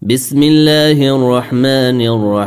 بسم الله الرحمن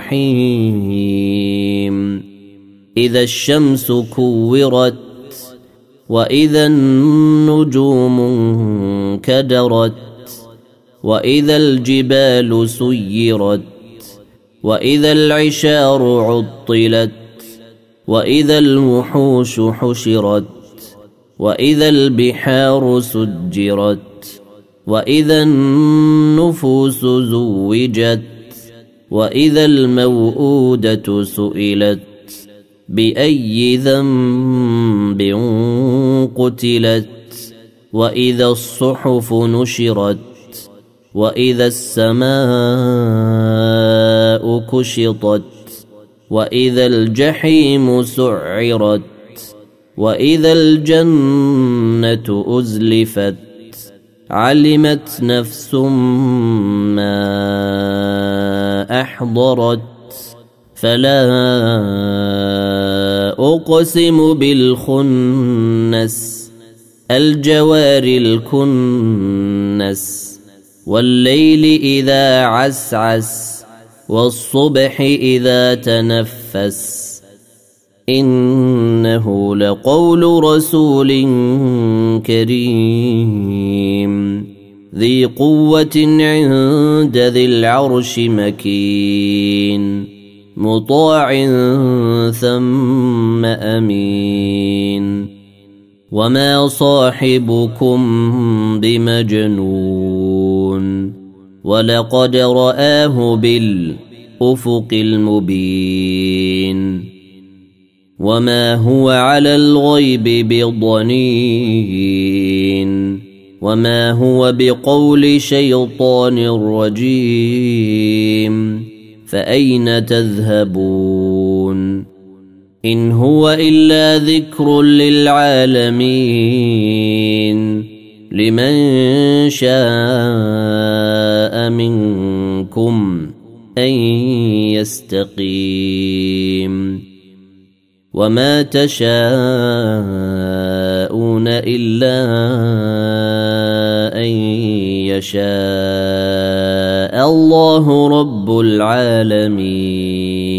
الرحيم إذا الشمس كورت وإذا النجوم انكدرت وإذا الجبال سيرت وإذا العشار عطلت وإذا الوحوش حشرت وإذا البحار سجرت وإذا النفوس زوجت وإذا الموءودة سئلت بأي ذنب قتلت وإذا الصحف نشرت وإذا السماء كشطت وإذا الجحيم سعرت وإذا الجنة أزلفت علمت نفس ما أحضرت فلا أقسم بالخنس الجوار الكنس والليل إذا عسعس والصبح إذا تنفس إنه لقول رسول كريم ذي قوة عند ذي العرش مكين مطاع ثم أمين وما صاحبكم بمجنون ولقد رآه بالأفق المبين وما هو على الغيب بضنين وما هو بقول شيطان رجيم فأين تذهبون إن هو إلا ذكر للعالمين لمن شاء منكم أن يستقيم وما تشاءون إلا أن يشاء الله رب العالمين.